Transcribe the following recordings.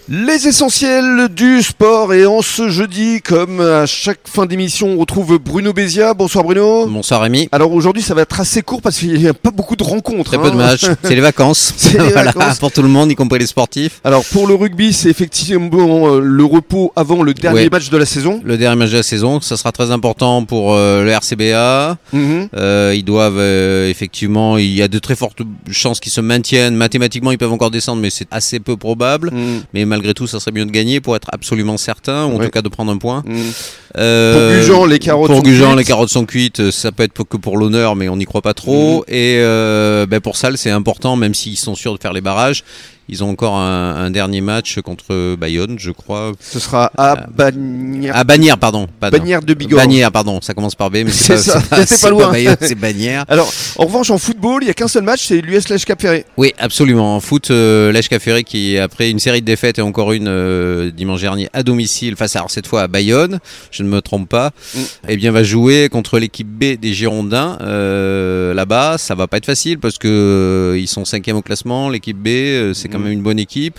Les essentiels du sport, et en ce jeudi, comme à chaque fin d'émission, on retrouve Bruno Bézia. Bonsoir Bruno. Bonsoir Rémi. Alors aujourd'hui ça va être assez court parce qu'il n'y a pas beaucoup de rencontres. Très peu de matchs, c'est les vacances. C'est les vacances. Pour tout le monde, y compris les sportifs. Alors pour le rugby, c'est effectivement le repos avant le dernier match de la saison. Le dernier match de la saison, ça sera très important pour le RCBA. Ils doivent effectivement, il y a de très fortes chances qu'ils se maintiennent. Mathématiquement, ils peuvent encore descendre, mais c'est assez peu probable. Mais malgré tout, ça serait mieux de gagner pour être absolument certain, ou en tout cas de prendre un point. Pour Gujan, les carottes sont cuites. Ça peut être que pour l'honneur, mais on n'y croit pas trop. Et pour Salles, c'est important, même s'ils sont sûrs de faire les barrages. Ils ont encore un dernier match contre Bayonne, je crois. Ce sera à Bagnères. À Bagnères, pardon. Bagnères de Bigorre. Bagnères, pardon. Ça commence par B, mais c'est pas loin. Pas Bayonne, c'est Bagnères. Alors, en revanche, en football, il n'y a qu'un seul match, c'est l'US Lège Cap Ferré. Oui, absolument. En foot, Lège Cap Ferré qui, après une série de défaites et encore une dimanche dernier à domicile, face à cette fois à Bayonne, je ne me trompe pas, eh bien va jouer contre l'équipe B des Girondins. Là-bas, ça va pas être facile parce que ils sont 5e au classement. L'équipe B, c'est quand même une bonne équipe.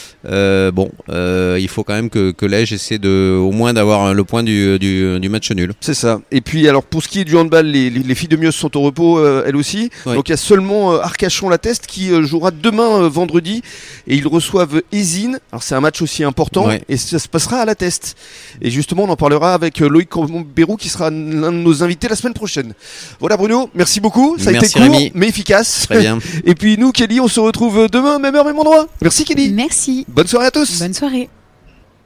Il faut quand même que Lège essaie au moins d'avoir le point du match nul. C'est ça. Et puis alors pour ce qui est du handball, les filles de Mieux sont au repos elles aussi. Oui. Donc il y a seulement Arcachon-la-Teste qui jouera demain vendredi et ils reçoivent Ézine. Alors c'est un match aussi important et ça se passera à la Teste. Et justement on en parlera avec Loïc Bérou qui sera l'un de nos invités la semaine prochaine. Voilà Bruno, merci beaucoup. Ça a été court Rémi. mais efficace. Très bien. Et puis nous Kelly, on se retrouve demain même heure même endroit. Merci Kelly. Merci. Bonne soirée à tous. Bonne soirée.